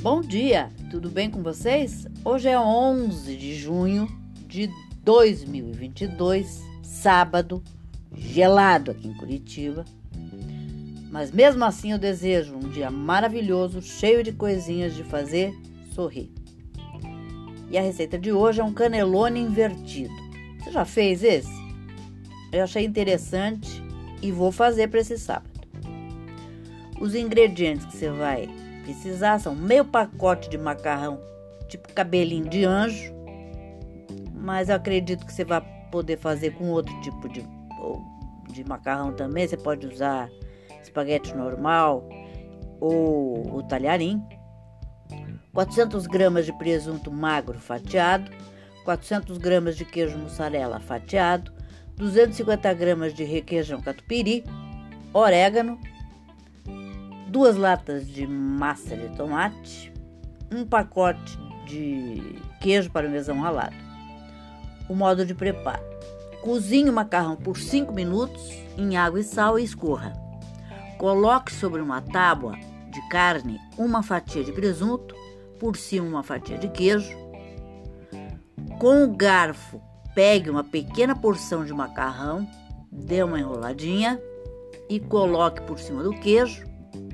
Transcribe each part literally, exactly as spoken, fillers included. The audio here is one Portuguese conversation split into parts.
Bom dia, tudo bem com vocês? Hoje é onze de junho de dois mil e vinte e dois, sábado, gelado aqui em Curitiba. Mas mesmo assim eu desejo um dia maravilhoso, cheio de coisinhas de fazer sorrir. E a receita de hoje é um canelone invertido. Você já fez esse? Eu achei interessante e vou fazer para esse sábado. Os ingredientes que você vai precisar são meio pacote de macarrão, tipo cabelinho de anjo, mas eu acredito que você vai poder fazer com outro tipo de, de macarrão também. Você pode usar espaguete normal ou o talharim. quatrocentas gramas de presunto magro fatiado, quatrocentas gramas de queijo mussarela fatiado, duzentas e cinquenta gramas de requeijão catupiry, orégano, duas latas de massa de tomate, um pacote de queijo parmesão ralado. O modo de preparo: cozinhe o macarrão por cinco minutos em água e sal e escorra. Coloque sobre uma tábua de carne uma fatia de presunto, por cima uma fatia de queijo. Com o garfo, pegue uma pequena porção de macarrão, dê uma enroladinha e coloque por cima do queijo.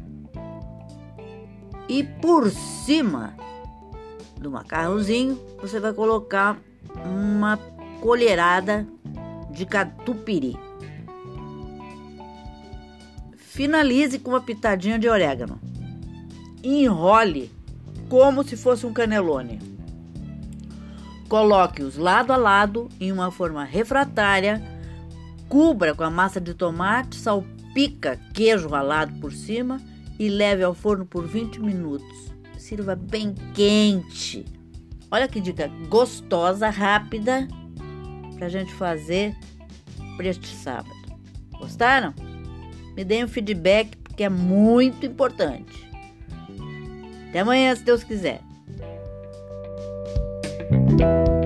E por cima do macarrãozinho, você vai colocar uma colherada de catupiry. Finalize com uma pitadinha de orégano. Enrole como se fosse um canelone. Coloque-os lado a lado em uma forma refratária, cubra com a massa de tomate, salpica queijo ralado por cima e leve ao forno por vinte minutos. Sirva bem quente. Olha que dica gostosa, rápida, pra gente fazer para este sábado. Gostaram? Me deem um feedback, porque é muito importante. Até amanhã, se Deus quiser.